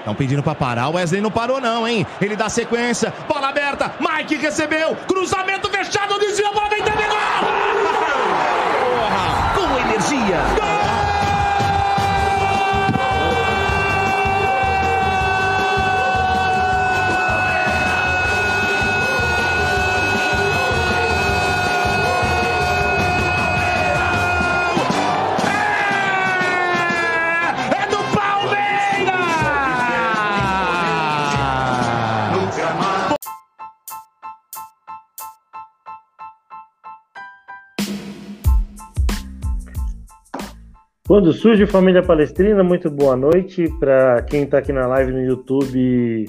Estão pedindo pra parar, o Wesley não parou não, hein? Ele dá sequência, bola aberta, Mike recebeu, cruzamento fechado, desvio, a bola vai entrar, gol! Com energia! Gol! Quando surge Família Palestrina, muito boa noite para quem está aqui na live no YouTube.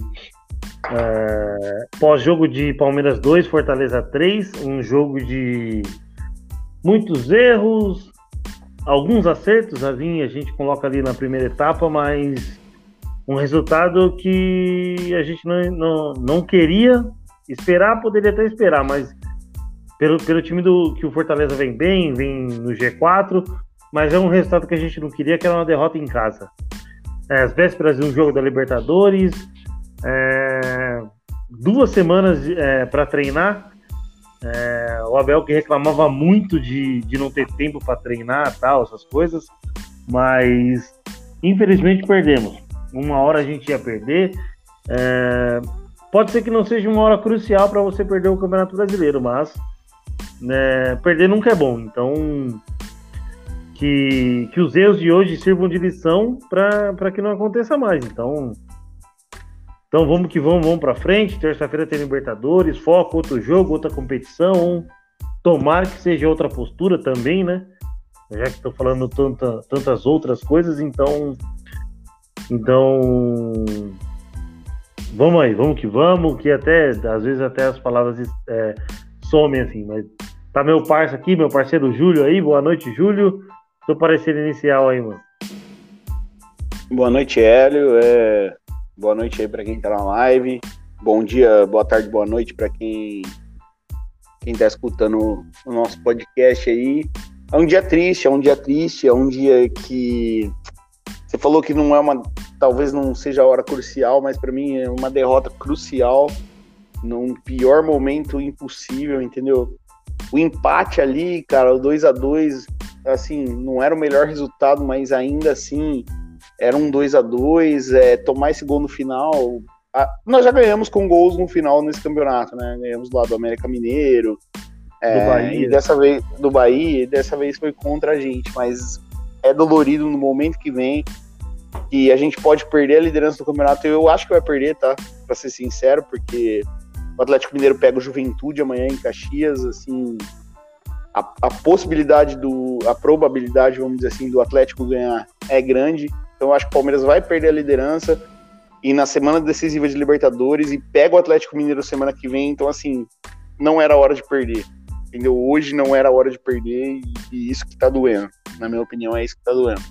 Pós-jogo de Palmeiras 2, Fortaleza 3, um jogo de muitos erros, alguns acertos, a gente coloca ali na primeira etapa, mas um resultado que a gente não queria esperar, poderia até esperar, mas pelo time que o Fortaleza vem bem, vem no G4, mas é um resultado que a gente não queria, que era uma derrota em casa. Às vésperas de um jogo da Libertadores, 2 semanas para treinar, o Abel que reclamava muito de não ter tempo para treinar, tal, essas coisas, mas infelizmente perdemos. Uma hora a gente ia perder, pode ser que não seja uma hora crucial para você perder o Campeonato Brasileiro, mas perder nunca é bom, então que os erros de hoje sirvam de lição para que não aconteça mais. Então vamos que vamos para frente. Terça-feira tem Libertadores, foco, outro jogo, outra competição. Tomara que seja outra postura também, né? Já que estou falando tantas outras coisas, então vamos aí, vamos, que até às vezes até as palavras somem assim, mas tá meu parceiro aqui, meu parceiro Júlio aí. Boa noite, Júlio. Seu parecer inicial aí, mano. Boa noite, Hélio. Boa noite aí pra quem tá na live. Bom dia, boa tarde, boa noite pra quem tá escutando o nosso podcast aí. É um dia triste, é um dia que você falou que talvez não seja a hora crucial, mas pra mim é uma derrota crucial num pior momento impossível, entendeu? O empate ali, cara, o 2-2, assim, não era o melhor resultado, mas ainda assim era um 2-2, tomar esse gol no final. Nós já ganhamos com gols no final nesse campeonato, né? Ganhamos lá do América Mineiro, do Bahia. E dessa vez do Bahia, e dessa vez foi contra a gente, mas é dolorido no momento que vem, e a gente pode perder a liderança do campeonato. Eu acho que vai perder, tá? Pra ser sincero, porque o Atlético Mineiro pega o Juventude amanhã em Caxias, assim, a possibilidade a probabilidade, vamos dizer assim, do Atlético ganhar é grande. Então eu acho que o Palmeiras vai perder a liderança e na semana decisiva de Libertadores, e pega o Atlético Mineiro semana que vem. Então, assim, não era hora de perder, entendeu? Hoje não era hora de perder, e isso que tá doendo. Na minha opinião, é isso que tá doendo.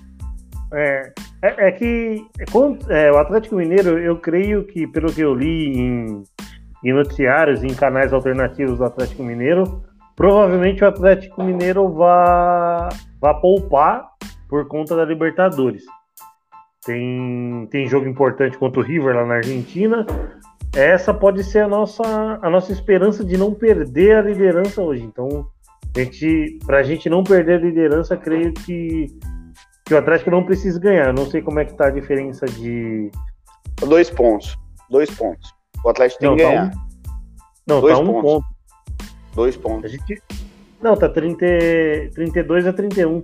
O Atlético Mineiro, eu creio que, pelo que eu li em noticiários, em canais alternativos do Atlético Mineiro, provavelmente o Atlético Mineiro vai poupar por conta da Libertadores. Tem jogo importante contra o River lá na Argentina. Essa pode ser a nossa esperança de não perder a liderança hoje. Então, pra gente não perder a liderança, creio que o Atlético não precisa ganhar. Eu não sei como é que tá a diferença de... 2 pontos. O Atlético tem que ganhar. Tá 1 ponto. 2 pontos. Tá 32-31.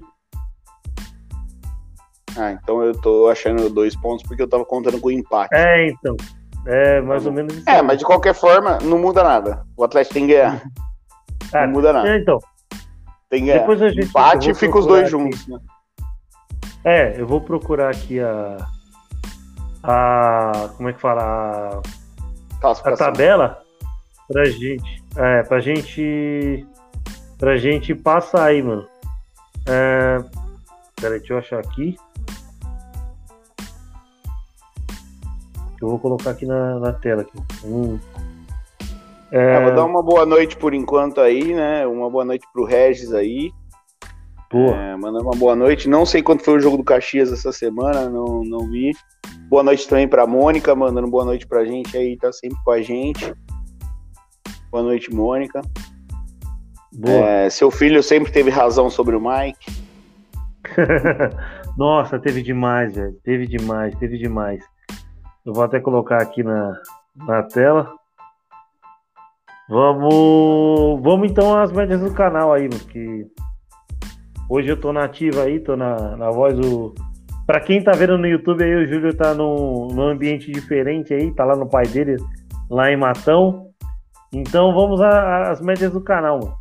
Então eu tô achando 2 pontos porque eu tava contando com o empate. Então. Mais ou menos isso. Mas de qualquer forma, não muda nada. O Atlético tem que ganhar. Não muda nada. Então. Tem que ganhar. Depois empate e fica os dois aqui juntos, né? Eu vou procurar aqui como é que fala? A tabela pra gente passar aí, mano. Peraí, deixa eu achar aqui. Eu vou colocar aqui na tela. Aqui. Vou dar uma boa noite por enquanto aí, né? Uma boa noite pro Regis aí. Mandar uma boa noite. Não sei quanto foi o jogo do Caxias essa semana, não vi. Boa noite também pra Mônica, mandando boa noite pra gente aí, tá sempre com a gente. Boa noite, Mônica. Seu filho sempre teve razão sobre o Mike. Nossa, teve demais, velho. Teve demais. Eu vou até colocar aqui na tela. Vamos então às médias do canal aí, porque hoje eu tô na ativa aí, tô na voz do... Pra quem tá vendo no YouTube aí, o Júlio tá num ambiente diferente aí, tá lá no pai dele, lá em Matão. Então vamos às médias do canal, mano.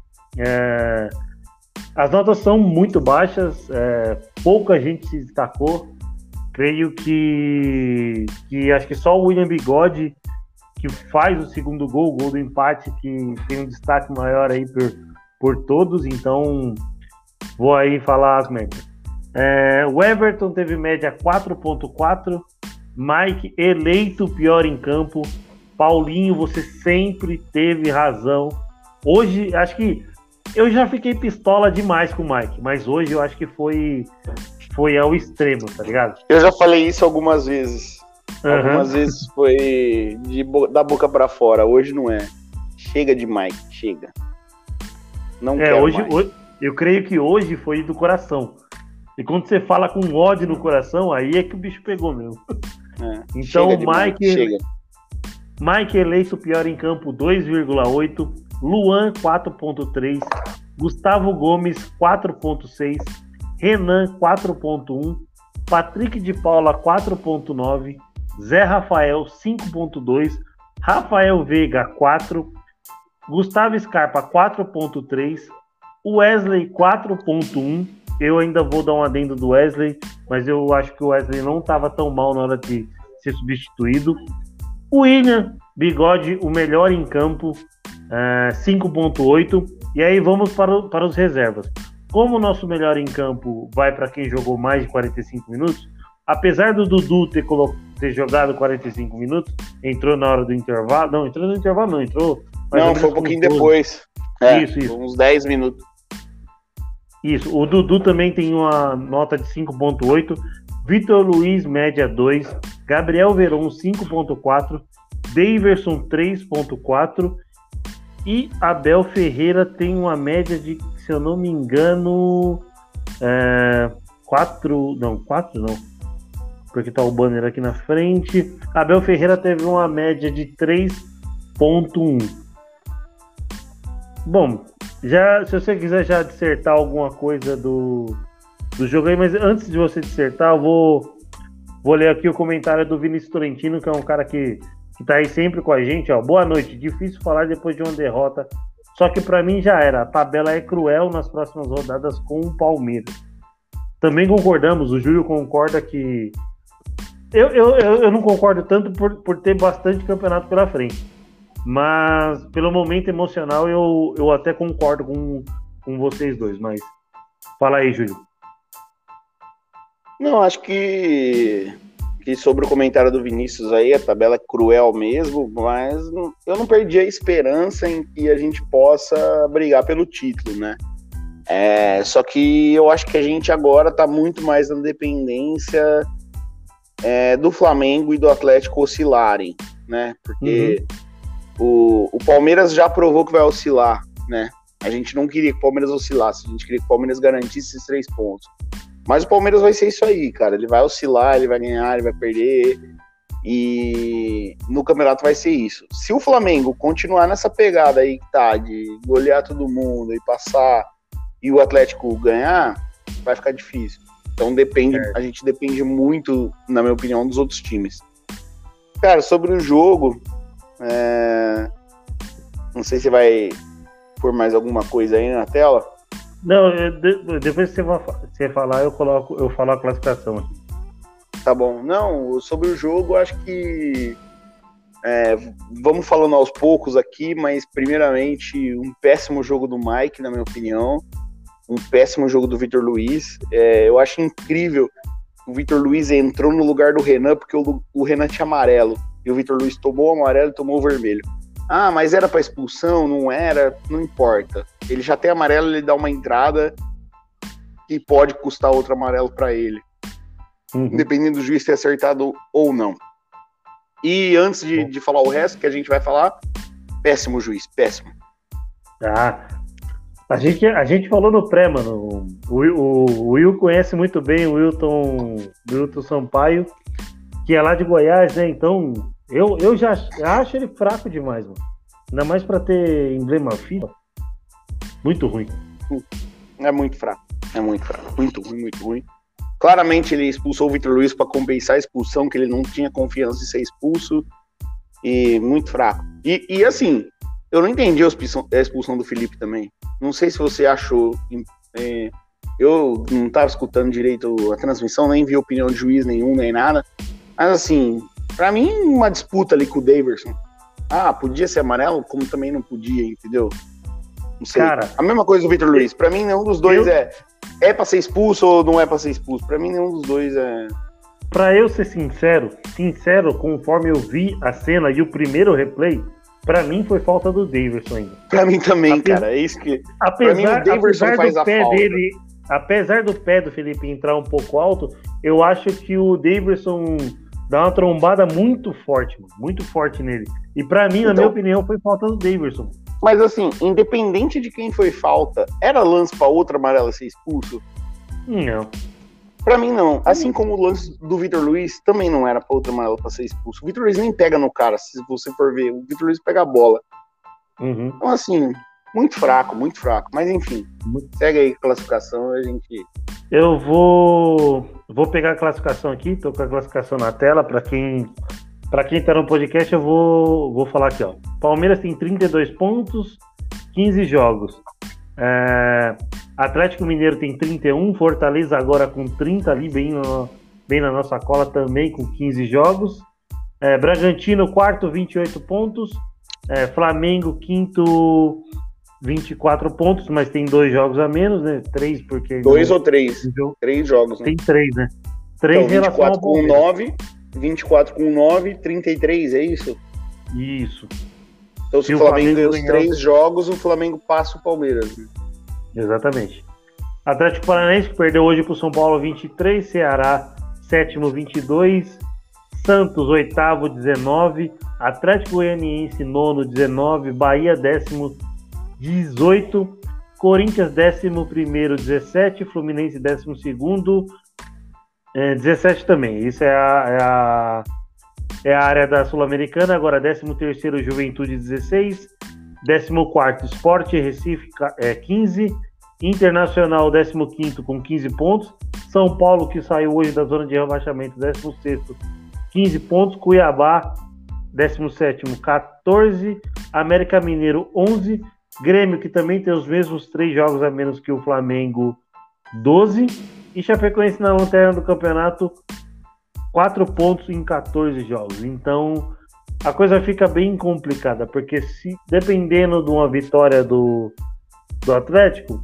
As notas são muito baixas, pouca gente se destacou. Creio que acho que só o William Bigode, que faz o segundo gol, o gol do empate, que tem um destaque maior aí por todos. Então vou aí falar as médias. O Everton teve média 4.4, Mike eleito pior em campo. Paulinho, você sempre teve razão. Hoje, acho que eu já fiquei pistola demais com o Mike, mas hoje eu acho que foi ao extremo, tá ligado? Eu já falei isso algumas vezes. Algumas vezes foi da boca pra fora, hoje não é. Chega de Mike, chega. Não quero hoje, mais. Eu creio que hoje foi do coração. E quando você fala com ódio no coração, aí é que o bicho pegou mesmo. Então, Mike eleito pior em campo 2,8, Luan 4,3, Gustavo Gomes 4,6, Renan 4,1, Patrick de Paula 4,9, Zé Rafael 5,2, Rafael Veiga 4, Gustavo Scarpa 4,3, Wesley 4,1. Eu ainda vou dar um adendo do Wesley, mas eu acho que o Wesley não estava tão mal na hora de ser substituído. William Bigode, o melhor em campo, 5,8. E aí vamos para os reservas. Como o nosso melhor em campo vai para quem jogou mais de 45 minutos, apesar do Dudu ter jogado 45 minutos, entrou na hora do intervalo. Não, entrou no intervalo não, entrou... Não, foi um pouquinho depois. Isso. Uns 10 minutos. Isso, o Dudu também tem uma nota de 5,8, Vitor Luiz, média 2, Gabriel Veron, 5,4, Daverson, 3,4 e Abel Ferreira tem uma média de, se eu não me engano, 4 não, porque tá o banner aqui na frente. Abel Ferreira teve uma média de 3,1. Bom, se você quiser já dissertar alguma coisa do jogo aí, mas antes de você dissertar, eu vou ler aqui o comentário do Vinícius Tolentino, que é um cara que tá aí sempre com a gente, ó. Boa noite, difícil falar depois de uma derrota, só que pra mim já era, a tabela é cruel nas próximas rodadas com o Palmeiras. Também concordamos, o Júlio concorda que... Eu não concordo tanto por ter bastante campeonato pela frente. Mas pelo momento emocional eu até concordo com vocês dois, mas fala aí, Júlio. Não, acho que sobre o comentário do Vinícius aí, a tabela é cruel mesmo, mas eu não perdi a esperança em que a gente possa brigar pelo título, né? Só que eu acho que a gente agora tá muito mais na dependência do Flamengo e do Atlético oscilarem, né? Porque o Palmeiras já provou que vai oscilar, né? A gente não queria que o Palmeiras oscilasse, a gente queria que o Palmeiras garantisse esses 3 pontos. Mas o Palmeiras vai ser isso aí, cara. Ele vai oscilar, ele vai ganhar, ele vai perder. E no campeonato vai ser isso. Se o Flamengo continuar nessa pegada aí que tá, de golear todo mundo e passar, e o Atlético ganhar, vai ficar difícil. Então a gente depende muito, na minha opinião, dos outros times. Cara, sobre o jogo... Não sei se vai pôr mais alguma coisa aí na tela. Não, depois que você falar, eu falo a classificação aqui. Tá bom. Não, sobre o jogo, acho que vamos falando aos poucos aqui, mas primeiramente um péssimo jogo do Mike, na minha opinião, um péssimo jogo do Vitor Luiz. Eu acho incrível o Vitor Luiz entrou no lugar do Renan, porque o Renan tinha amarelo. E o Vitor Luiz tomou o amarelo e tomou o vermelho. Ah, mas era para expulsão? Não era? Não importa. Ele já tem amarelo, ele dá uma entrada que pode custar outro amarelo para ele. independente do juiz ter acertado ou não. E antes de falar o resto que a gente vai falar, péssimo juiz, péssimo. A gente falou no pré, mano. O Will conhece muito bem o Wilton Sampaio, que é lá de Goiás, né? Então, eu já acho ele fraco demais, mano. Ainda mais pra ter emblema FIFA. Muito ruim. É muito fraco. Muito ruim. Claramente ele expulsou o Vitor Luiz pra compensar a expulsão, que ele não tinha confiança de ser expulso. E muito fraco. E assim, eu não entendi a expulsão do Felipe também. Não sei se você achou. Eu não estava escutando direito a transmissão, nem vi opinião de juiz nenhum, nem nada. Mas assim, pra mim, uma disputa ali com o Daverson. Podia ser amarelo, como também não podia, entendeu? Não sei. Cara, a mesma coisa do Vitor Luiz. Pra mim, nenhum dos dois é pra ser expulso ou não é pra ser expulso. Pra mim, nenhum dos dois é. Pra eu ser sincero, conforme eu vi a cena e o primeiro replay, pra mim foi falta do Daverson ainda. Pra mim também, cara. É isso que. Pra mim, o Daverson faz a falta. Apesar do pé do Felipe entrar um pouco alto, eu acho que o Daverson dá uma trombada muito forte, mano, muito forte nele. E pra mim, na minha opinião, foi falta do Daverson. Mas assim, independente de quem foi falta, era lance pra outra amarela ser expulso? Não. Pra mim, não. Assim como o lance do Vitor Luiz também não era pra outra amarela pra ser expulso. O Vitor Luiz nem pega no cara, se você for ver. O Vitor Luiz pega a bola. Então, assim, muito fraco. Mas enfim, segue aí a classificação e a gente... Eu vou pegar a classificação aqui, tô com a classificação na tela. Pra quem tá no podcast, eu vou falar aqui, ó. Palmeiras tem 32 pontos, 15 jogos. Atlético Mineiro tem 31, Fortaleza agora com 30 ali, bem na nossa cola também, com 15 jogos. Bragantino, quarto, 28 pontos. Flamengo, quinto, 24 pontos, mas tem 2 jogos a menos, né? 3 porque... 2 ou 3? 3 jogos, né? Tem 3, né? 3 então, 24 com 9, 24 com 9, 33, é isso? Isso. Então se o Flamengo ganha os 3 jogos, o Flamengo passa o Palmeiras, né? Exatamente. Atlético Paranaense, que perdeu hoje para o São Paulo, 23. Ceará, sétimo, 22. Santos, oitavo, 19. Atlético Goianiense, nono, 19. Bahia, décimo, 18. Corinthians, 11º, 17. Fluminense, 12º, 17 também. Isso é a área da Sul-Americana. Agora, 13º, Juventude, 16. 14º, Sport Recife, 15. Internacional, 15º com 15 pontos. São Paulo, que saiu hoje da zona de rebaixamento, 16º, 15 pontos. Cuiabá, 17º, 14. América Mineiro, 11. Grêmio, que também tem os mesmos 3 jogos a menos que o Flamengo, 12. E Chapecoense na lanterna do campeonato, 4 pontos em 14 jogos. Então, a coisa fica bem complicada, porque se dependendo de uma vitória do Atlético,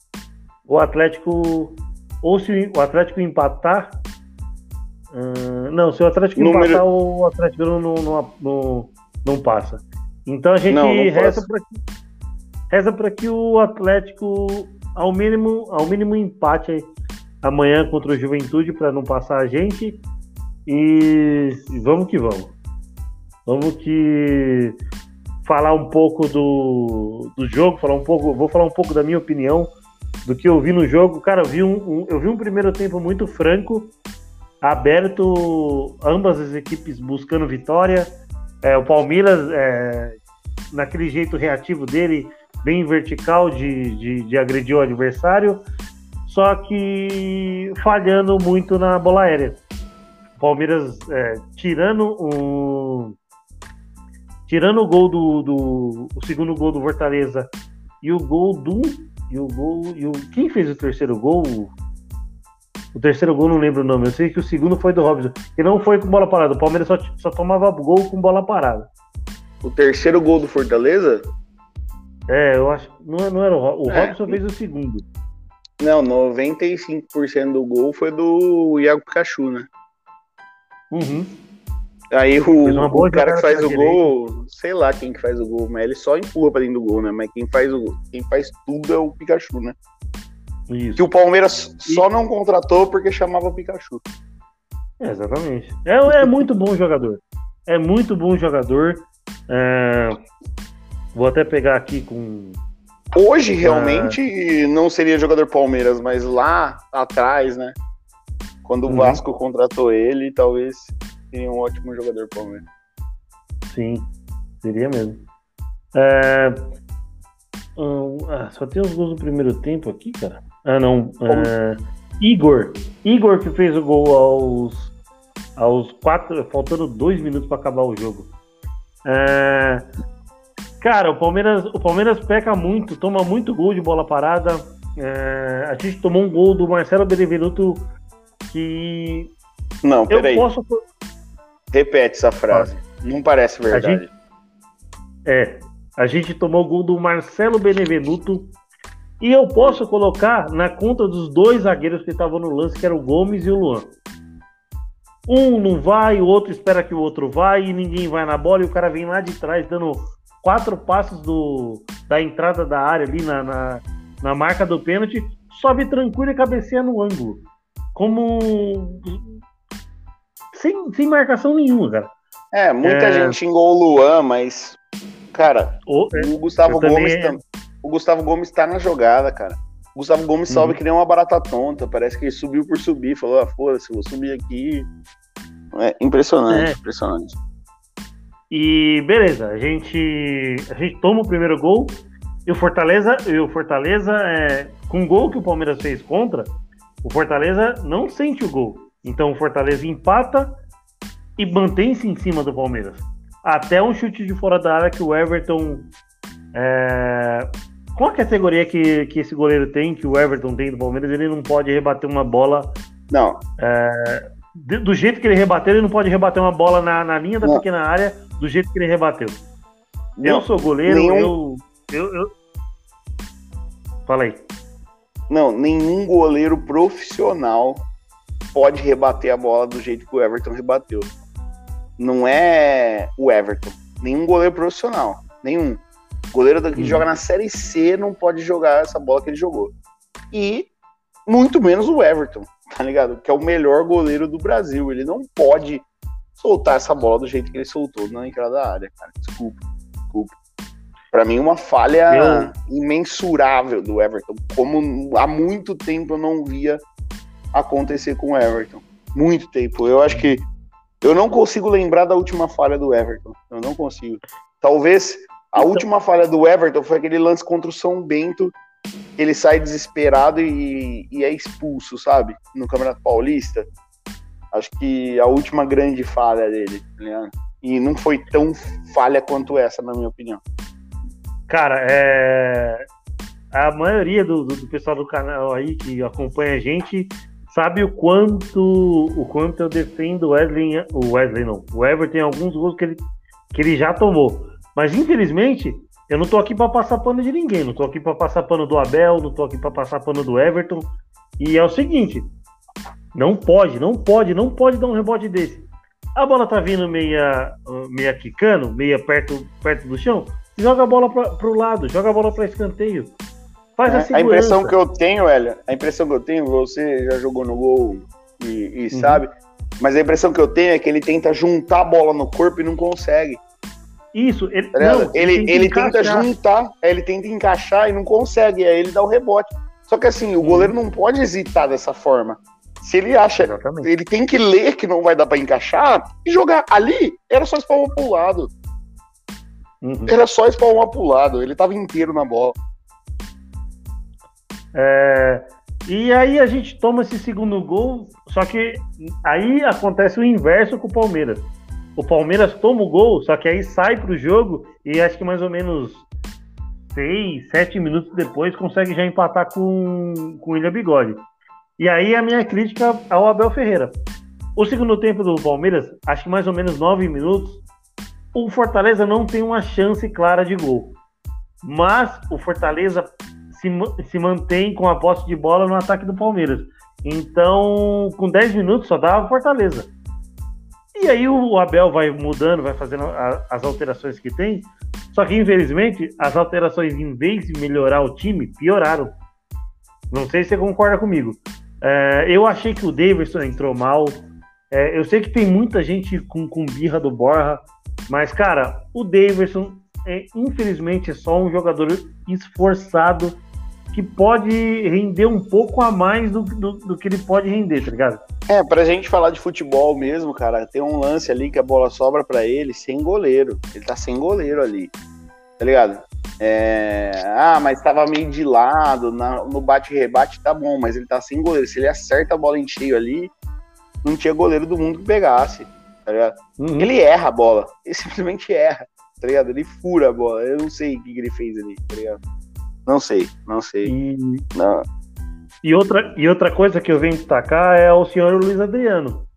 ou se o Atlético empatar, se o Atlético empatar, o Atlético não passa. Então a gente reza para que o Atlético ao mínimo empate amanhã contra o Juventude, para não passar a gente, e vamos que vamos. Vamos que falar um pouco do jogo, vou falar um pouco da minha opinião do que eu vi no jogo. Cara, eu vi um primeiro tempo muito franco, aberto, ambas as equipes buscando vitória. O Palmeiras, naquele jeito reativo dele, bem vertical de agredir o adversário, só que falhando muito na bola aérea. O Palmeiras tirando o gol o segundo gol do Fortaleza e o gol quem fez o terceiro gol? O terceiro gol não lembro o nome. Eu sei que o segundo foi do Robson, que não foi com bola parada. O Palmeiras só tomava gol com bola parada. O terceiro gol do Fortaleza? Eu acho. Não era o Robson fez o segundo. Não, 95% do gol foi do Iago Pikachu, né? Uhum. Aí o cara que faz o gol, sei lá quem que faz o gol, mas ele só empurra pra dentro do gol, né? Mas quem faz tudo é o Pikachu, né? Isso. Que o Palmeiras só não contratou porque chamava Pikachu. Exatamente. É muito bom jogador. É muito bom jogador. Vou até pegar aqui com... Hoje, realmente, não seria jogador Palmeiras, mas lá atrás, né? Quando o Vasco contratou ele, talvez seria um ótimo jogador Palmeiras. Sim, seria mesmo. Só tem os gols do primeiro tempo aqui, cara. Não. Igor que fez o gol aos 4, faltando 2 minutos para acabar o jogo. Cara, o Palmeiras peca muito, toma muito gol de bola parada. A gente tomou um gol do Marcelo Benevenuto que... Não, peraí. Repete essa frase. Não parece verdade. A gente tomou o gol do Marcelo Benevenuto e eu posso colocar na conta dos 2 zagueiros que estavam no lance, que era o Gomes e o Luan. Um não vai, o outro espera que o outro vai e ninguém vai na bola e o cara vem lá de trás dando 4 passos da entrada da área ali na marca do pênalti, sobe tranquilo e cabeceia no ângulo. Como... Sem marcação nenhuma, cara. Muita gente xingou o Luan, mas, cara, o Gustavo Gomes tá na jogada, cara. O Gustavo Gomes sobe que nem uma barata tonta. Parece que ele subiu por subir. Falou, foda-se, vou subir aqui. Impressionante. E beleza, a gente toma o primeiro gol e o Fortaleza com o gol que o Palmeiras fez contra, o Fortaleza não sente o gol. Então o Fortaleza empata e mantém-se em cima do Palmeiras. Até um chute de fora da área que o Everton... com a categoria que esse goleiro tem, que o Everton tem do Palmeiras, ele não pode rebater uma bola... Não. Do jeito que ele rebateu, ele não pode rebater uma bola na linha da pequena área do jeito que ele rebateu. Eu sou goleiro, eu... Fala aí. Não, nenhum goleiro profissional pode rebater a bola do jeito que o Everton rebateu. Não é o Everton. Nenhum goleiro profissional. Nenhum. Goleiro que joga na Série C não pode jogar essa bola que ele jogou. E muito menos o Everton, tá ligado? Que é o melhor goleiro do Brasil. Ele não pode soltar essa bola do jeito que ele soltou na entrada da área, cara. Desculpa. Pra mim, uma falha imensurável do Everton. Como há muito tempo eu não via acontecer com o Everton. Muito tempo. Eu acho que eu não consigo lembrar da última falha do Everton. Eu não consigo. Talvez a última falha do Everton foi aquele lance contra o São Bento. Ele sai desesperado e é expulso, sabe? No Campeonato Paulista. Acho que a última grande falha dele, né? E não foi tão falha quanto essa, na minha opinião. Cara, a maioria do pessoal do canal aí que acompanha a gente sabe o quanto eu defendo o Everton em alguns gols que ele já tomou. Mas, infelizmente, eu não tô aqui para passar pano de ninguém. Não tô aqui para passar pano do Abel, não tô aqui para passar pano do Everton. E é o seguinte, não pode dar um rebote desse. A bola tá vindo meia quicando, meia perto do chão. Joga a bola pro lado, joga a bola para escanteio. Faz a segurança. A impressão que eu tenho, você já jogou no gol e sabe, mas a impressão que eu tenho é que ele tenta juntar a bola no corpo e não consegue. Isso, ele tenta juntar, ele tenta encaixar e não consegue, aí ele dá o rebote. Só que assim, o goleiro não pode hesitar dessa forma. Se ele acha, ele tem que ler que não vai dar para encaixar e jogar. Ali, era só espalmar pro lado. Era só espalmar pro lado, ele tava inteiro na bola. E aí a gente toma esse segundo gol, só que aí acontece o inverso com o Palmeiras. O Palmeiras toma o gol, só que aí sai pro jogo e acho que mais ou menos 6, 7 minutos depois consegue já empatar com o Ilha Bigode. E aí a minha crítica ao Abel Ferreira. O segundo tempo do Palmeiras, acho que mais ou menos 9 minutos, o Fortaleza não tem uma chance clara de gol. Mas o Fortaleza se mantém com a posse de bola no ataque do Palmeiras. Então, com 10 minutos só dava Fortaleza. E aí o Abel vai mudando, vai fazendo as alterações que tem. Só que, infelizmente, as alterações, em vez de melhorar o time, pioraram. Não sei se você concorda comigo. Eu achei que o Davidson entrou mal. Eu sei que tem muita gente com birra do Borja, mas, cara, o Daverson, infelizmente, é só um jogador esforçado que pode render um pouco a mais do que ele pode render, tá ligado? Pra gente falar de futebol mesmo, cara, tem um lance ali que a bola sobra pra ele sem goleiro. Ele tá sem goleiro ali, tá ligado? Mas tava meio de lado, no bate-rebate tá bom, mas ele tá sem goleiro. Se ele acerta a bola em cheio ali, não tinha goleiro do mundo que pegasse, tá ligado? Uhum. Ele erra a bola, ele simplesmente erra, tá ligado? Ele fura a bola, eu não sei o que ele fez ali, tá ligado? Não sei. Não. E outra coisa que eu venho destacar é o senhor Luiz Adriano.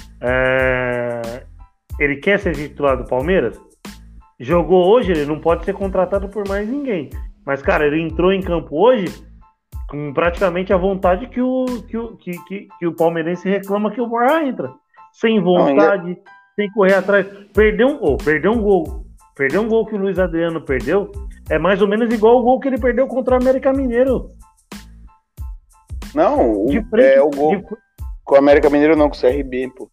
Ele quer ser titular do Palmeiras? Jogou hoje, ele não pode ser contratado por mais ninguém. Mas, cara, ele entrou em campo hoje com praticamente a vontade que o palmeirense reclama que o Borja entra. Sem vontade, sem correr atrás. Perdeu um gol. Perdeu um gol que o Luiz Adriano perdeu. É mais ou menos igual o gol que ele perdeu contra o América Mineiro. Não, o gol com o América Mineiro não, com o CRB, pô.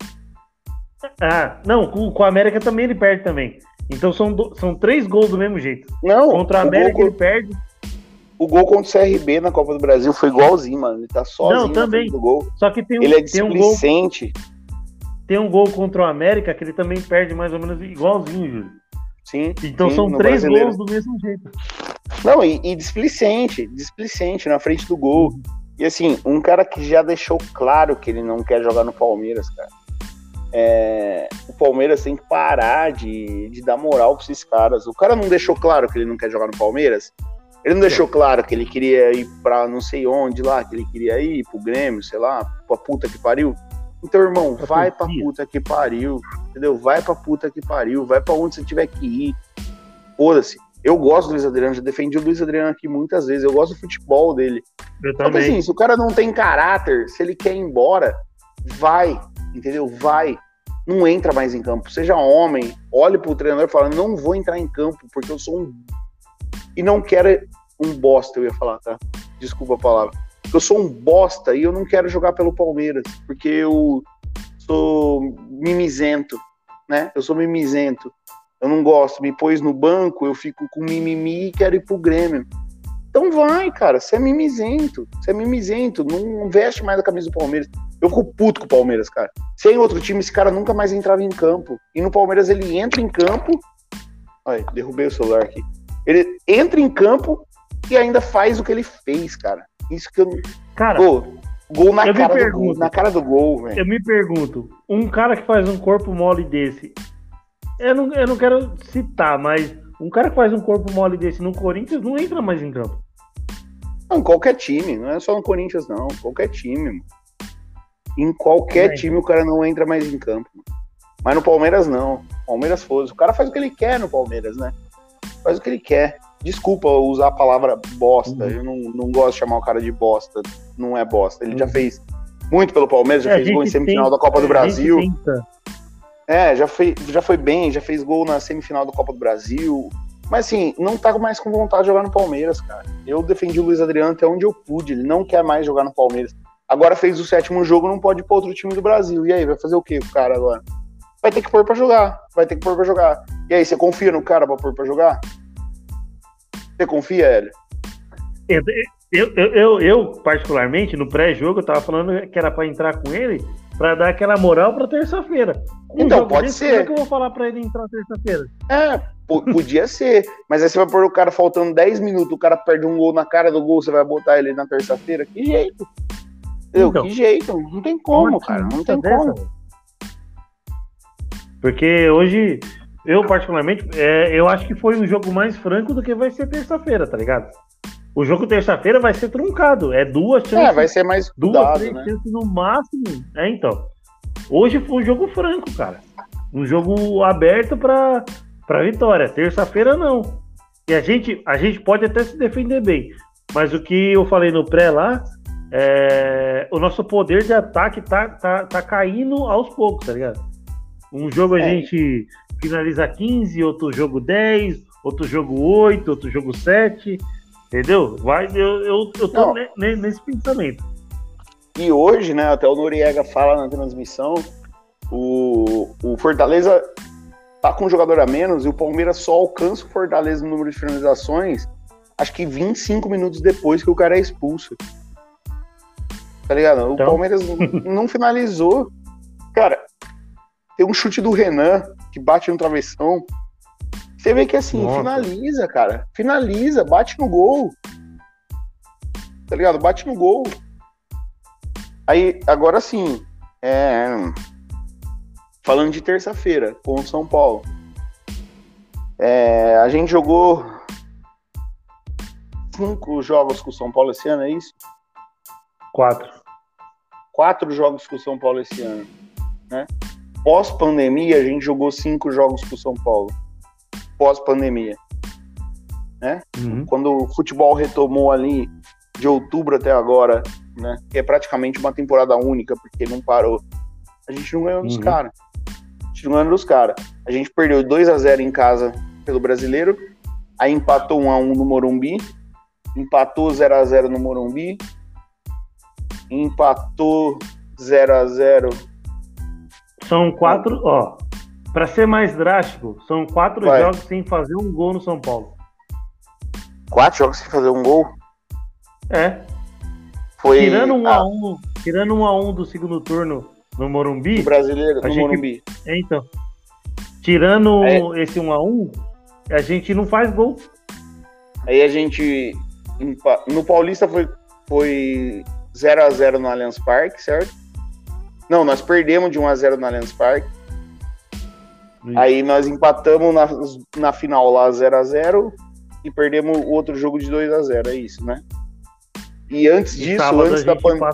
Não, com o América também ele perde também. Então são 3 gols do mesmo jeito. Não, contra o América ele perde. O gol contra o CRB na Copa do Brasil foi igualzinho, mano. Ele tá sozinho também. do gol. Só que ele é displicente. Tem um gol contra o América que ele também perde mais ou menos igualzinho, Júlio. Sim. Então são 3 gols do mesmo jeito. Não, e displicente na frente do gol. E assim, um cara que já deixou claro que ele não quer jogar no Palmeiras, cara. O Palmeiras tem que parar de dar moral pra esses caras. O cara não deixou claro que ele não quer jogar no Palmeiras? Ele não deixou claro que ele queria ir pra não sei onde lá, que ele queria ir pro Grêmio, sei lá, pra puta que pariu? Então, irmão, vai pra puta que pariu, entendeu? Vai pra puta que pariu, vai pra onde você tiver que ir. Foda-se. Eu gosto do Luiz Adriano, já defendi o Luiz Adriano aqui muitas vezes, eu gosto do futebol dele. Eu também. Só que assim, se o cara não tem caráter, se ele quer ir embora, vai, entendeu? Vai. Não entra mais em campo. Seja homem, olhe pro treinador e fala, não vou entrar em campo, porque eu sou um... E não quero um bosta, eu ia falar, tá? Desculpa a palavra. Eu sou um bosta e eu não quero jogar pelo Palmeiras, porque eu sou mimizento, né? Eu sou mimizento. Eu não gosto, me pôs no banco, eu fico com mimimi e quero ir pro Grêmio. Então vai, cara, você é mimizento, não veste mais a camisa do Palmeiras. Eu fico puto com o Palmeiras, cara. Sem outro time, esse cara nunca mais entrava em campo. E no Palmeiras ele entra em campo... Olha, derrubei o celular aqui. Ele entra em campo e ainda faz o que ele fez, cara. Isso que eu... Cara, gol na cara do gol, velho. Eu me pergunto, um cara que faz um corpo mole desse... Eu não quero citar, mas um cara que faz um corpo mole desse no Corinthians não entra mais em campo. Não, em qualquer time, não é só no Corinthians, não. Qualquer time, mano. Em qualquer time o cara não entra mais em campo. Mas no Palmeiras, não. Palmeiras foda-se. O cara faz o que ele quer no Palmeiras, né? Faz o que ele quer. Desculpa usar a palavra bosta. Eu não gosto de chamar o cara de bosta. Não é bosta. Ele já fez muito pelo Palmeiras, já fez gol em semifinal da Copa do Brasil. Já foi bem, já fez gol na semifinal da Copa do Brasil. Mas assim, não tá mais com vontade de jogar no Palmeiras, cara. Eu defendi o Luiz Adriano até onde eu pude. Ele não quer mais jogar no Palmeiras. Agora fez o 7º jogo, não pode ir pra outro time do Brasil. E aí, vai fazer o quê com o cara agora? Vai ter que pôr pra jogar. E aí, você confia no cara pra pôr pra jogar? Você confia, Hélio? Eu, particularmente, no pré-jogo, eu tava falando que era pra entrar com ele pra dar aquela moral pra terça-feira. Então, pode ser. Como é que eu vou falar pra ele entrar terça-feira? Podia ser. Mas aí você vai pôr o cara faltando 10 minutos, o cara perde um gol na cara do gol, você vai botar ele na terça-feira? Que jeito? Então, que jeito? Não tem como, cara. Não tem como. Porque hoje, eu particularmente, eu acho que foi um jogo mais franco do que vai ser terça-feira, tá ligado? O jogo terça-feira vai ser truncado. É 2 chances. Vai ser mais cuidado, 3 chances no máximo. Então. Hoje foi um jogo franco, cara. Um jogo aberto pra vitória. Terça-feira, não. E a gente pode até se defender bem. Mas o que eu falei no pré lá, o nosso poder de ataque tá caindo aos poucos, tá ligado? Um jogo a gente finaliza 15, outro jogo 10, outro jogo 8, outro jogo 7, entendeu? Eu tô nesse pensamento. E hoje, né, até o Noriega fala na transmissão O Fortaleza tá com um jogador a menos e o Palmeiras só alcança o Fortaleza no número de finalizações, acho que 25 minutos depois que o cara é expulso. Tá ligado? O Palmeiras não finalizou. Cara, tem um chute do Renan que bate no travessão. Você vê que assim, finaliza, cara. Finaliza, bate no gol. Tá ligado? Bate no gol. Aí, agora sim, falando de terça-feira com o São Paulo. A gente jogou 5 jogos com o São Paulo esse ano, é isso? 4 jogos com o São Paulo esse ano, né? Pós-pandemia, a gente jogou 5 jogos com o São Paulo. Pós-pandemia, né? Quando o futebol retomou ali de outubro até agora, né? Que é praticamente uma temporada única, porque não parou. A gente não ganhou dos caras. A gente perdeu 2-0 em casa pelo Brasileiro, aí empatou 1-1 no Morumbi, empatou 0-0 no Morumbi, empatou 0-0. São 4, ó. Pra ser mais drástico, são 4 jogos sem fazer um gol no São Paulo. 4 jogos sem fazer um gol? Foi. Tirando 1-1 do segundo turno no Morumbi. O Brasileiro no Morumbi. Então. Tirando esse 1-1, a gente não faz gol. Aí a gente. No Paulista foi 0-0 no Allianz Parque, certo? Não, nós perdemos de 1-0 no Allianz Parque. Isso. Aí nós empatamos na final lá 0-0 e perdemos o outro jogo de 2-0, é isso, né? E antes disso, sábado antes da pandemia.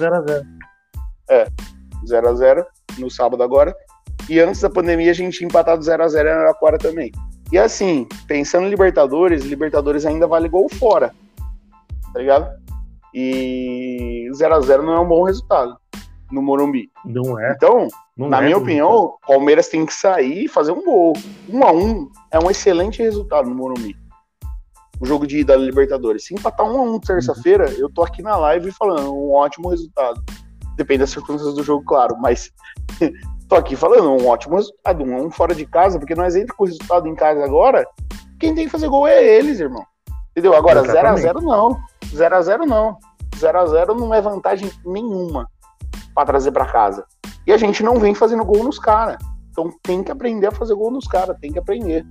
0-0 no sábado agora. E antes da pandemia a gente tinha empatado 0-0 em Araraquara também. E assim, pensando em Libertadores ainda vale gol fora. Tá ligado? E 0-0 não é um bom resultado no Morumbi. Não é. Então, na minha opinião, o Palmeiras tem que sair e fazer um gol. 1-1 é um excelente resultado no Morumbi. O jogo de ida da Libertadores. Se empatar 1-1 terça-feira, eu tô aqui na live falando um ótimo resultado. Depende das circunstâncias do jogo, claro, mas tô aqui falando um ótimo resultado, 1-1 fora de casa, porque nós entramos com o resultado em casa agora, quem tem que fazer gol é eles, irmão. Entendeu? Agora, 0-0 não. 0-0 não. 0-0 não é vantagem nenhuma pra trazer pra casa. E a gente não vem fazendo gol nos caras. Então tem que aprender a fazer gol nos caras, tem que aprender.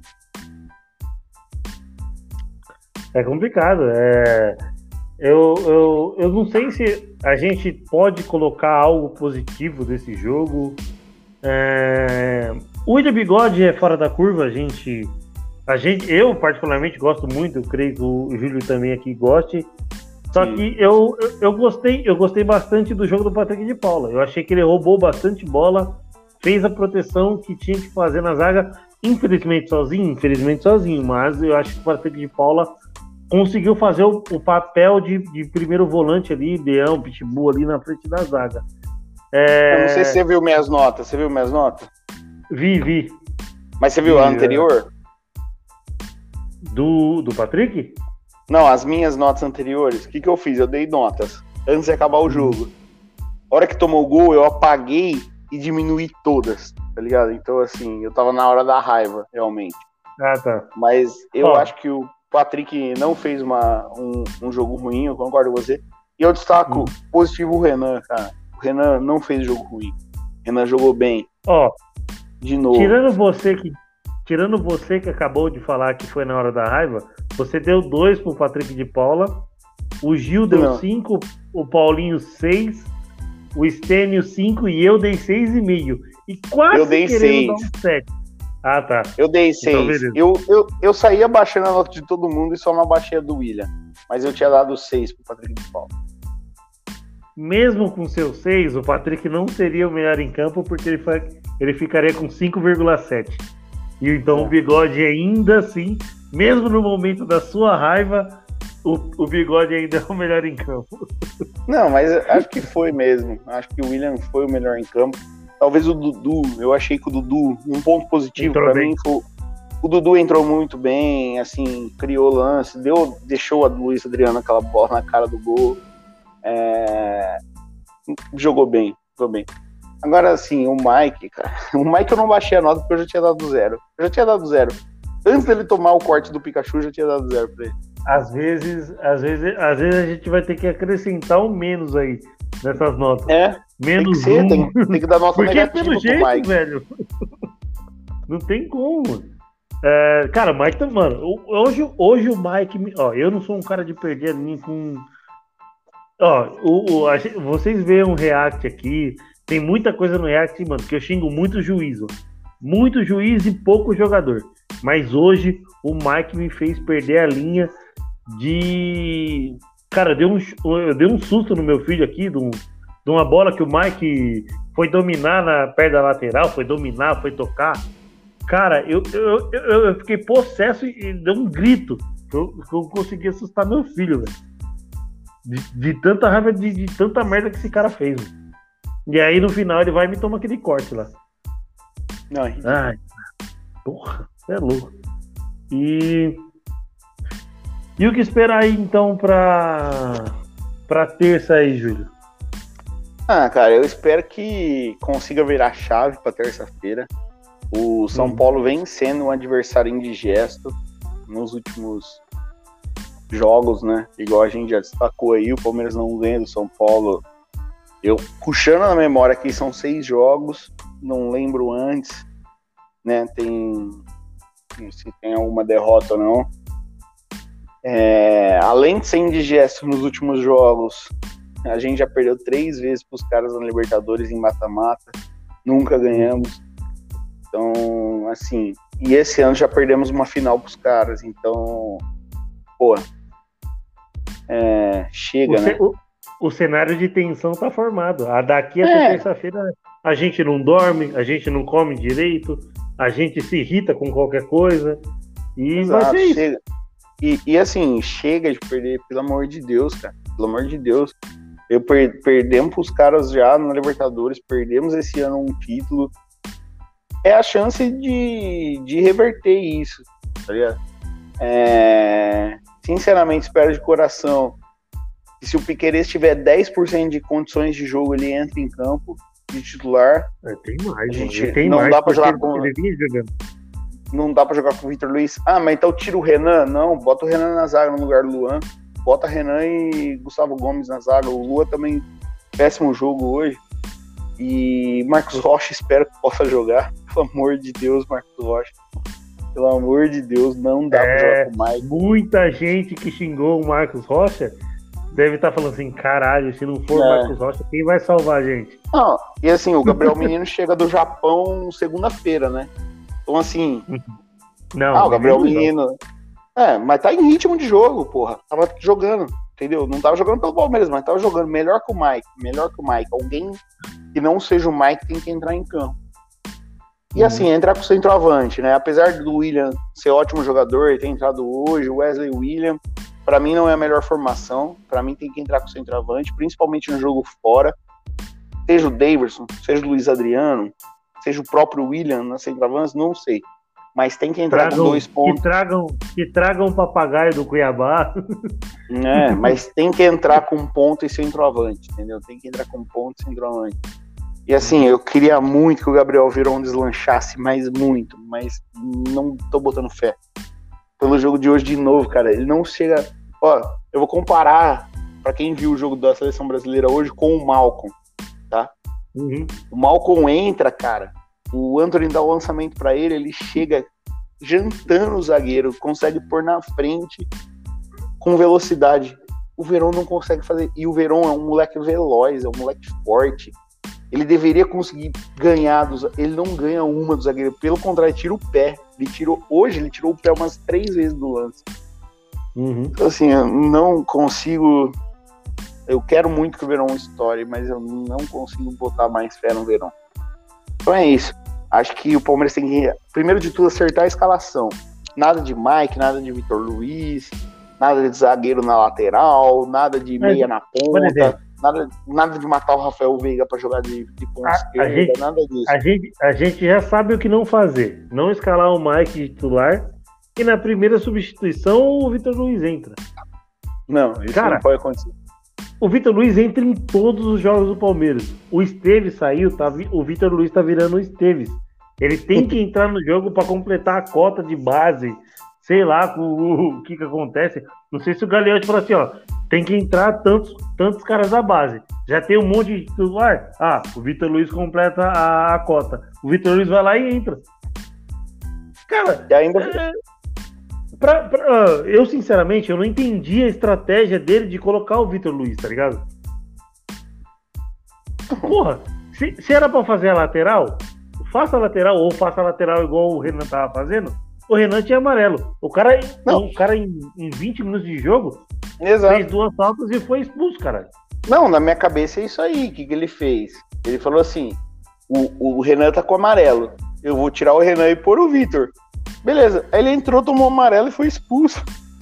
É complicado. Eu não sei se a gente pode colocar algo positivo desse jogo. O William Bigode é fora da curva. Eu particularmente gosto muito. Eu creio que o Júlio também aqui goste. Só que eu gostei bastante do jogo do Patrick de Paula. Eu achei que ele roubou bastante bola, fez a proteção que tinha que fazer na zaga, infelizmente sozinho, mas eu acho que o Patrick de Paula conseguiu fazer o papel de primeiro volante ali, leão, pitbull ali na frente da zaga. Eu não sei se você viu minhas notas. Você viu minhas notas? Vi. Mas você viu a anterior? Do Patrick? Não, as minhas notas anteriores. O que eu fiz? Eu dei notas antes de acabar o jogo. A hora que tomou o gol, eu apaguei e diminuí todas, tá ligado? Então, assim, eu tava na hora da raiva, realmente. Ah, tá. Mas eu acho que o Patrick não fez um jogo ruim, eu concordo com você. E eu destaco positivo o Renan, cara. O Renan não fez jogo ruim. O Renan jogou bem. De novo. Tirando você que acabou de falar que foi na hora da raiva, você deu 2 pro Patrick de Paula, o Gil deu 5, o Paulinho 6, o Stênio 5 e eu dei 6,5. E quase eu dei 6. Dar um 7. Ah, tá. Eu dei 6. Então, eu saí abaixando a nota de todo mundo e só não abaixei a do William. Mas eu tinha dado 6 pro Patrick de Paula. Mesmo com seu 6, o Patrick não seria o melhor em campo porque ele ficaria com 5,7. E então o Bigode ainda assim, mesmo no momento da sua raiva, o Bigode ainda é o melhor em campo. Não, mas acho que foi mesmo. Acho que o William foi o melhor em campo. Talvez o Dudu, eu achei que o Dudu, um ponto positivo pra mim foi o Dudu entrou muito bem, assim, criou lance, deixou a Luiz Adriano aquela bola na cara do gol. Jogou bem. Agora, assim, o Mike, cara. O Mike eu não baixei a nota porque eu já tinha dado 0. Antes dele tomar o corte do Pikachu, eu já tinha dado 0 pra ele. Às vezes a gente vai ter que acrescentar um menos aí nessas notas. Menos tem que ser, tem que dar nota porque negativa pelo jeito, pro Mike. velho. Não tem como. Cara, o Mike tá, mano. Hoje o Mike. Ó, eu não sou um cara de perder a linha com. Ó, vocês veem um react aqui. Tem muita coisa no react, mano, que eu xingo muito juiz, ó. Muito juiz e pouco jogador. Mas hoje o Mike me fez perder a linha de. Cara, eu dei um susto no meu filho aqui, de uma bola que o Mike foi dominar perto da lateral, foi tocar. Cara, eu fiquei possesso e dei um grito. Eu consegui assustar meu filho, velho. De tanta raiva, de tanta merda que esse cara fez, velho. E aí no final ele vai e me toma aquele corte lá. Ai, porra, você é louco. E o que esperar aí então pra terça aí, Júlio? Cara, eu espero que consiga virar chave pra terça-feira. O São Paulo vem sendo um adversário indigesto nos últimos jogos, né? Igual a gente já destacou aí, o Palmeiras não ganha do São Paulo. Eu, puxando na memória aqui, são 6 jogos, não lembro antes, né? Se tem alguma derrota ou não. Além de ser indigesto nos últimos jogos, a gente já perdeu 3 vezes pros caras na Libertadores em mata-mata, nunca ganhamos. Então, assim, e esse ano já perdemos uma final pros caras, então, pô, chega, né? O cenário de tensão tá formado. Daqui até terça-feira a gente não dorme, a gente não come direito, a gente se irrita com qualquer coisa. E Exato, vai ser chega. Isso. E assim, chega de perder, pelo amor de Deus, cara. Pelo amor de Deus. Perdemos pros caras já na Libertadores, perdemos esse ano um título. É a chance de reverter isso, tá ligado? Sinceramente, espero de coração que se o Piquerez tiver 10% de condições de jogo, ele entra em campo de titular. Tem mais, não dá pra jogar com... Não dá pra jogar com o Vitor Luiz. Mas então tira o Renan? Não, bota o Renan na zaga no lugar do Luan. Bota Renan e Gustavo Gomes na zaga. O Luan também, péssimo jogo hoje. E Marcos Rocha, espero que possa jogar. Pelo amor de Deus, Marcos Rocha. Pelo amor de Deus, não dá pra jogar com o Mike. Muita gente que xingou o Marcos Rocha deve estar falando assim, caralho, se não for o Marcos Rocha, quem vai salvar a gente? Não, e assim, o Gabriel Menino chega do Japão segunda-feira, né? Então assim... Não, o Gabriel Menino... mas tá em ritmo de jogo, porra. Tava jogando, entendeu? Não tava jogando pelo Palmeiras, mas tava jogando melhor que o Mike. Alguém que não seja o Mike tem que entrar em campo. E assim, entrar com o centroavante, né? Apesar do William ser ótimo jogador e ter entrado hoje, o Wesley William, pra mim não é a melhor formação. Pra mim tem que entrar com o centroavante, principalmente no jogo fora. Seja o Daverson, seja o Luiz Adriano, seja o próprio William na centroavante, não sei. Mas tem que entrar com 2 pontos. Que tragam o papagaio do Cuiabá. Mas tem que entrar com ponto e centroavante, entendeu? Tem que entrar com ponto e centroavante. E assim, eu queria muito que o Gabriel Veron deslanchasse mais muito, mas não tô botando fé. Pelo jogo de hoje de novo, cara, ele não chega... Ó, eu vou comparar, pra quem viu o jogo da Seleção Brasileira hoje, com o Malcom, tá? O Malcom entra, cara, o Antony dá o lançamento pra ele chega jantando o zagueiro, consegue pôr na frente com velocidade. O Veron não consegue fazer, e o Veron é um moleque veloz, é um moleque forte. Ele deveria conseguir ganhar, ele não ganha uma do zagueiro, pelo contrário, ele tira o pé. Hoje ele tirou o pé umas 3 vezes do lance. Então, assim, eu não consigo. Eu quero muito que o Veron estoure, mas eu não consigo botar mais fé no Veron. Então é isso. Acho que o Palmeiras tem que, primeiro de tudo, acertar a escalação. Nada de Mike, nada de Vitor Luiz, nada de zagueiro na lateral, nada de meia na ponta. Nada de matar o Rafael Veiga para jogar de ponta esquerda, nada disso. A gente já sabe o que não fazer. Não escalar o Mike de titular e na primeira substituição o Vitor Luiz entra. Não, isso não pode acontecer. O Vitor Luiz entra em todos os jogos do Palmeiras. O Esteves saiu, o Vitor Luiz tá virando o Esteves. Ele tem que entrar no jogo para completar a cota de base. Sei lá o que acontece. Não sei se o Gagliotti fala assim, ó, tem que entrar tantos caras da base. Já tem um monte de titular. O Vitor Luiz completa a cota. O Vitor Luiz vai lá e entra. Cara, eu sinceramente, eu não entendi a estratégia dele de colocar o Vitor Luiz, tá ligado? Porra, se era pra fazer a lateral, faça a lateral, ou faça a lateral igual o Renan tava fazendo. O Renan tinha amarelo. O cara em 20 minutos de jogo, exato, fez 2 faltas e foi expulso, caralho. Não, na minha cabeça é isso aí. O que ele fez? Ele falou assim, o Renan tá com amarelo. Eu vou tirar o Renan e pôr o Vitor. Beleza. Aí ele entrou, tomou amarelo e foi expulso.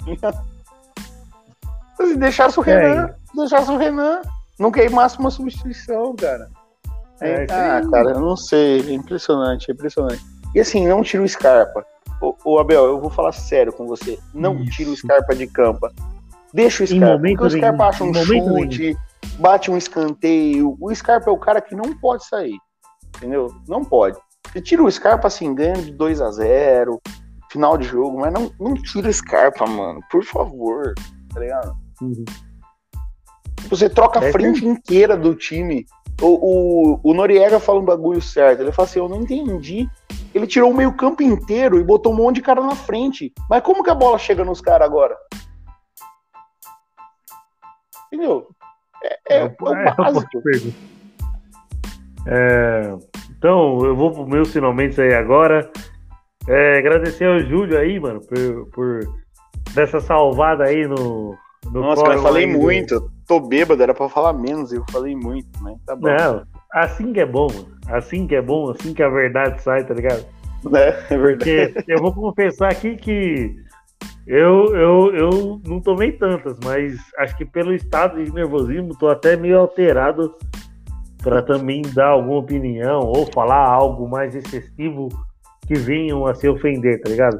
Se deixasse o Renan, não queimasse uma substituição, cara. Cara, eu não sei. É impressionante. E assim, não tira o Scarpa. Ô Abel, eu vou falar sério com você. Não tira o Scarpa de campo. Deixa o Scarpa. Porque o Scarpa acha um chute, bate um escanteio. O Scarpa é o cara que não pode sair. Entendeu? Não pode. Você tira o Scarpa assim, ganhando de 2-0, final de jogo, mas não tira o Scarpa, mano. Por favor. Tá ligado? Uhum. Você troca a frente inteira do time. O Noriega fala um bagulho certo. Ele fala assim, eu não entendi. Ele tirou o meio campo inteiro e botou um monte de cara na frente. Mas como que a bola chega nos caras agora? Entendeu? É o básico. Então, eu vou pro meu finalmente aí agora. Agradecer ao Júlio aí, mano, por dessa salvada aí no nossa, mas eu falei muito. Tô bêbado, era pra falar menos. Eu falei muito, né? Tá bom. Não, assim que é bom, mano. Assim que é bom, assim que a verdade sai, tá ligado? É verdade. Porque eu vou confessar aqui que eu não tomei tantas, mas acho que pelo estado de nervosismo tô até meio alterado para também dar alguma opinião ou falar algo mais excessivo que venham a se ofender, tá ligado?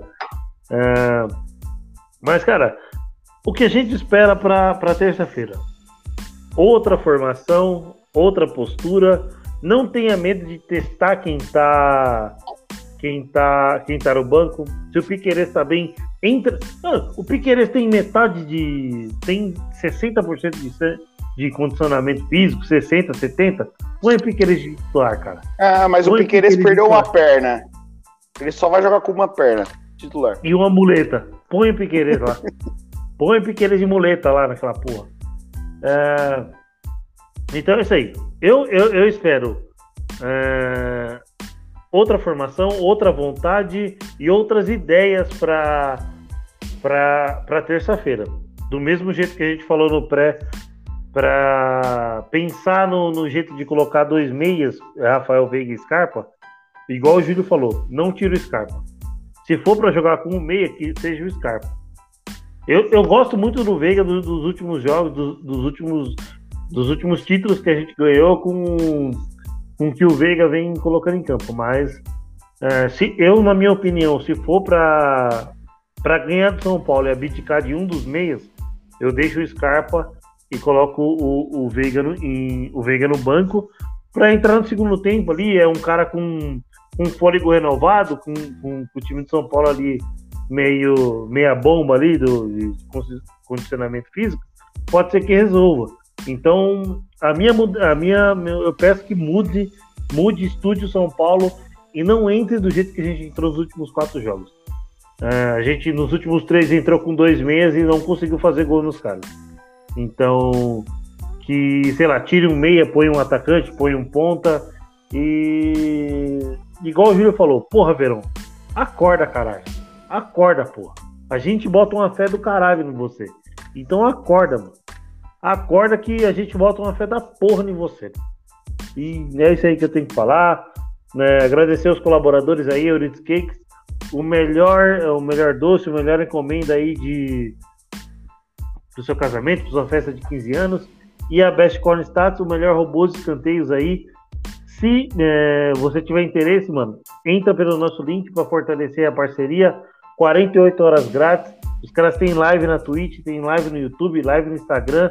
Mas, cara, o que a gente espera para terça-feira? Outra formação, outra postura. Não tenha medo de testar quem tá no banco. Se o Piquerez tá bem, entra. O Piquerez tem tem 60% de condicionamento físico, 60%, 70%. Põe o Piquerez de titular, cara. Mas o Piquerez perdeu uma perna. Ele só vai jogar com uma perna, titular. E uma muleta. Põe o Piquerez lá. Põe o Piquerez de muleta lá naquela porra. Então é isso aí. Eu espero outra formação, outra vontade e outras ideias para terça-feira. Do mesmo jeito que a gente falou no pré, para pensar no jeito de colocar 2 meias, Rafael Veiga e Scarpa, igual o Júlio falou, não tira o Scarpa. Se for para jogar com um meia, que seja o Scarpa. Eu gosto muito do Veiga dos últimos jogos, dos últimos títulos que a gente ganhou com que o Veiga vem colocando em campo, mas na minha opinião, se for para ganhar do São Paulo e abdicar de um dos meias, eu deixo o Scarpa e coloco o Veiga no banco para entrar no segundo tempo ali. É um cara com fôlego renovado, com o time de São Paulo ali meia bomba ali de condicionamento físico, pode ser que resolva. Então, eu peço que mude, estude o São Paulo e não entre do jeito que a gente entrou nos últimos 4 jogos. A gente, nos últimos 3, entrou com 2 meias e não conseguiu fazer gol nos caras. Então, tire um meia, põe um atacante, põe um ponta e... Igual o Júlio falou, porra, Verão, acorda, caralho. Acorda, porra. A gente bota uma fé do caralho em você. Então acorda, mano. Acorda que a gente bota uma fé da porra em você. E é isso aí que eu tenho que falar. Agradecer aos colaboradores aí, Euridice Cakes. O melhor doce, a melhor encomenda aí pro seu casamento, pra sua festa de 15 anos. E a Best Corn Status, o melhor robô de escanteios aí. Se você tiver interesse, mano, entra pelo nosso link para fortalecer a parceria. 48 horas grátis. Os caras têm live na Twitch, tem live no YouTube, live no Instagram.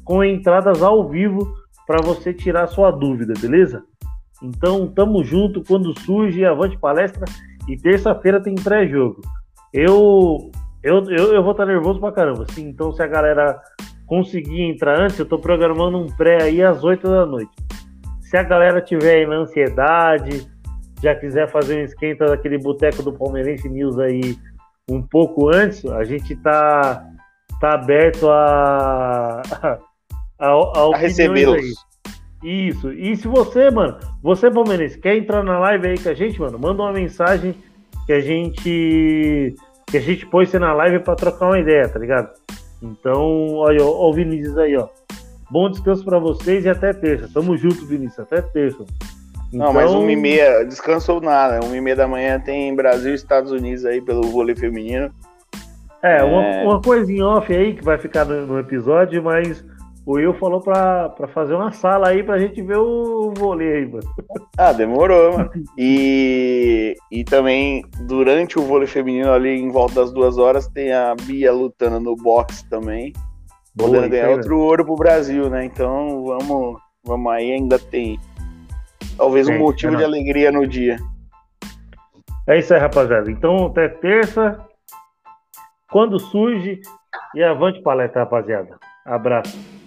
com entradas ao vivo para você tirar sua dúvida, beleza? Então, tamo junto. Quando surge, avante palestra. E terça-feira tem pré-jogo. Eu vou estar nervoso pra caramba. Assim, então, se a galera conseguir entrar antes, eu tô programando um pré aí às 8 da noite. Se a galera tiver aí na ansiedade, já quiser fazer um esquenta daquele boteco do Palmeirense News aí um pouco antes, a gente tá aberto a recebê-los. Aí. Isso. E se você, mano, você palmeirense, quer entrar na live aí com a gente, mano, manda uma mensagem que a gente pôs você na live pra trocar uma ideia, tá ligado? Então, olha, ó, o Vinícius aí, ó. Bom descanso pra vocês e até terça. Tamo junto, Vinícius, até terça. Então... Não, mas 1h30, descansou nada. 1h30 da manhã tem Brasil e Estados Unidos aí pelo vôlei feminino. Uma coisinha off aí que vai ficar no episódio, mas o Will falou pra fazer uma sala aí pra gente ver o vôlei aí, mano. Ah, demorou, mano. E também, durante o vôlei feminino ali, em volta das 2 horas, tem a Bia lutando no boxe também. Podendo ganhar outro ouro pro Brasil, né? Então, vamos aí, ainda tem talvez um motivo de alegria no dia. É isso aí, rapaziada. Então, até terça, quando surge, e avante palestra, rapaziada. Abraço.